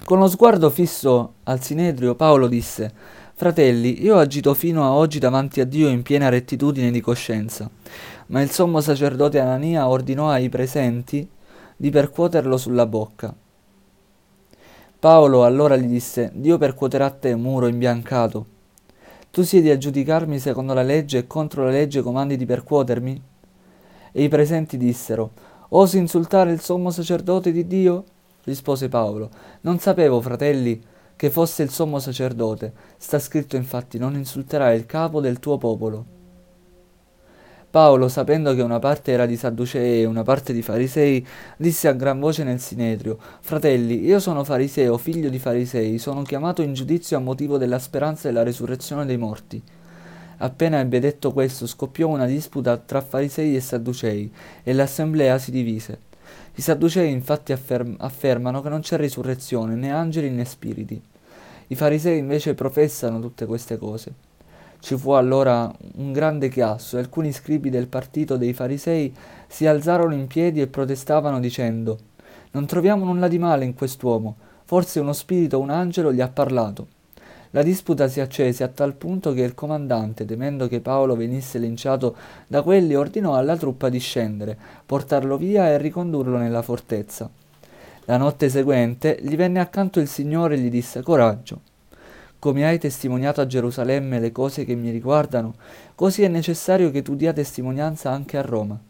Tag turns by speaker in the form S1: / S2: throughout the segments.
S1: Con lo sguardo fisso al Sinedrio, Paolo disse: Fratelli, io ho agito fino a oggi davanti a Dio in piena rettitudine di coscienza. Ma il sommo sacerdote Anania ordinò ai presenti di percuoterlo sulla bocca. Paolo allora gli disse: Dio percuoterà te, muro imbiancato. Tu siedi a giudicarmi secondo la legge e contro la legge comandi di percuotermi? E i presenti dissero: Osi insultare il sommo sacerdote di Dio? Rispose Paolo: Non sapevo, fratelli, che fosse il sommo sacerdote. Sta scritto infatti: Non insulterai il capo del tuo popolo. Paolo, sapendo che una parte era di Sadducei e una parte di Farisei, disse a gran voce nel Sinedrio: Fratelli, io sono fariseo, figlio di farisei, sono chiamato in giudizio a motivo della speranza della resurrezione dei morti. Appena ebbe detto questo, scoppiò una disputa tra farisei e sadducei, e l'assemblea si divise. I sadducei infatti affermano che non c'è risurrezione, né angeli né spiriti. I farisei invece professano tutte queste cose. Ci fu allora un grande chiasso e alcuni scribi del partito dei farisei si alzarono in piedi e protestavano dicendo: Non troviamo nulla di male in quest'uomo, forse uno spirito o un angelo gli ha parlato. La disputa si accese a tal punto che il comandante, temendo che Paolo venisse linciato da quelli, ordinò alla truppa di scendere, portarlo via e ricondurlo nella fortezza. La notte seguente gli venne accanto il Signore e gli disse: Coraggio, come hai testimoniato a Gerusalemme le cose che mi riguardano, così è necessario che tu dia testimonianza anche a Roma.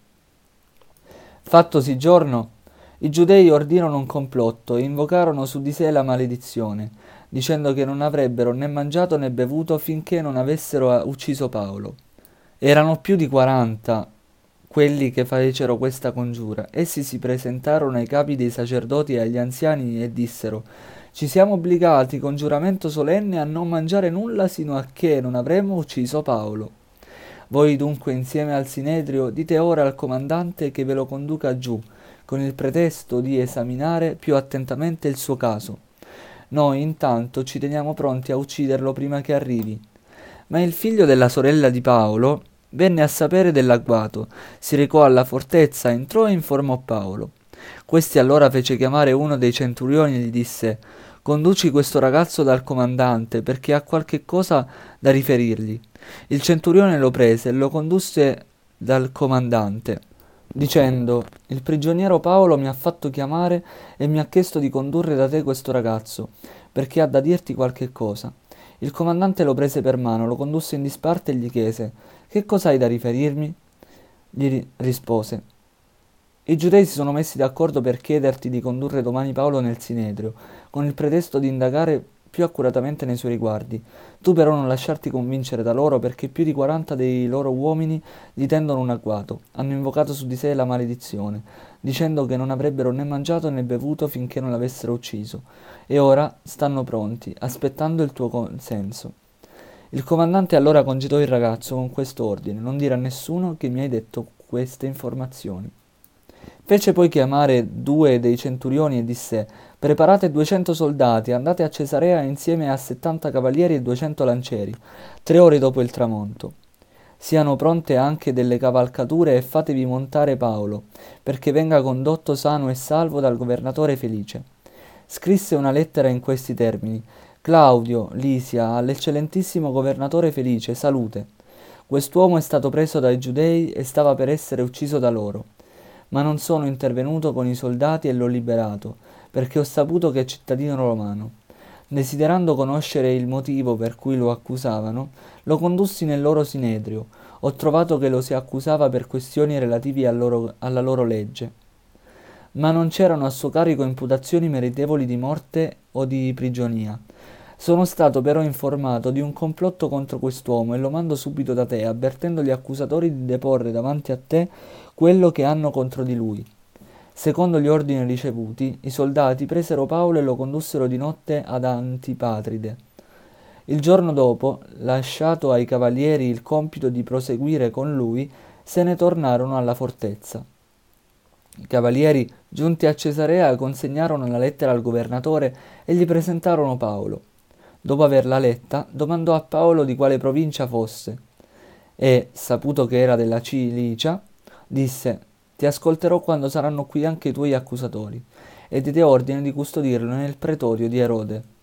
S1: Fattosi giorno, i giudei ordinarono un complotto e invocarono su di sé la maledizione, dicendo che non avrebbero né mangiato né bevuto finché non avessero ucciso Paolo. Erano più di 40 quelli che fecero questa congiura. Essi si presentarono ai capi dei sacerdoti e agli anziani e dissero: Ci siamo obbligati con giuramento solenne a non mangiare nulla sino a che non avremo ucciso Paolo. Voi dunque insieme al Sinedrio dite ora al comandante che ve lo conduca giù, con il pretesto di esaminare più attentamente il suo caso. Noi intanto ci teniamo pronti a ucciderlo prima che arrivi. Ma il figlio della sorella di Paolo venne a sapere dell'agguato, si recò alla fortezza, entrò e informò Paolo. Questi allora fece chiamare uno dei centurioni e gli disse: Conduci questo ragazzo dal comandante, perché ha qualche cosa da riferirgli. Il centurione lo prese e lo condusse dal comandante, dicendo: Il prigioniero Paolo mi ha fatto chiamare e mi ha chiesto di condurre da te questo ragazzo, perché ha da dirti qualche cosa. Il comandante lo prese per mano, lo condusse in disparte e gli chiese: Che cosa hai da riferirmi? Gli rispose: I giudei si sono messi d'accordo per chiederti di condurre domani Paolo nel Sinedrio, con il pretesto di indagare più accuratamente nei suoi riguardi. Tu però non lasciarti convincere da loro, perché più di 40 dei loro uomini gli tendono un agguato. Hanno invocato su di sé la maledizione, dicendo che non avrebbero né mangiato né bevuto finché non l'avessero ucciso. E ora stanno pronti, aspettando il tuo consenso. Il comandante allora congedò il ragazzo con questo ordine: Non dire a nessuno che mi hai detto queste informazioni. Fece poi chiamare 2 dei centurioni e disse: Preparate 200 soldati, andate a Cesarea insieme a 70 cavalieri e 200 lancieri, 3 ore dopo il tramonto. Siano pronte anche delle cavalcature e fatevi montare Paolo, perché venga condotto sano e salvo dal governatore Felice. Scrisse una lettera in questi termini: Claudio, Lisia, all'eccellentissimo governatore Felice, salute. Quest'uomo è stato preso dai giudei e stava per essere ucciso da loro. Ma non sono intervenuto con i soldati e l'ho liberato, perché ho saputo che è cittadino romano. Desiderando conoscere il motivo per cui lo accusavano, lo condussi nel loro sinedrio. Ho trovato che lo si accusava per questioni relative alla loro legge. Ma non c'erano a suo carico imputazioni meritevoli di morte o di prigionia. Sono stato però informato di un complotto contro quest'uomo e lo mando subito da te, avvertendo gli accusatori di deporre davanti a te quello che hanno contro di lui. Secondo gli ordini ricevuti, i soldati presero Paolo e lo condussero di notte ad Antipatride. Il giorno dopo, lasciato ai cavalieri il compito di proseguire con lui, se ne tornarono alla fortezza. I cavalieri, giunti a Cesarea, consegnarono la lettera al governatore e gli presentarono Paolo. Dopo averla letta, domandò a Paolo di quale provincia fosse e, saputo che era della Cilicia, disse: Ti ascolterò quando saranno qui anche i tuoi accusatori. e diede ordine di custodirlo nel pretorio di Erode.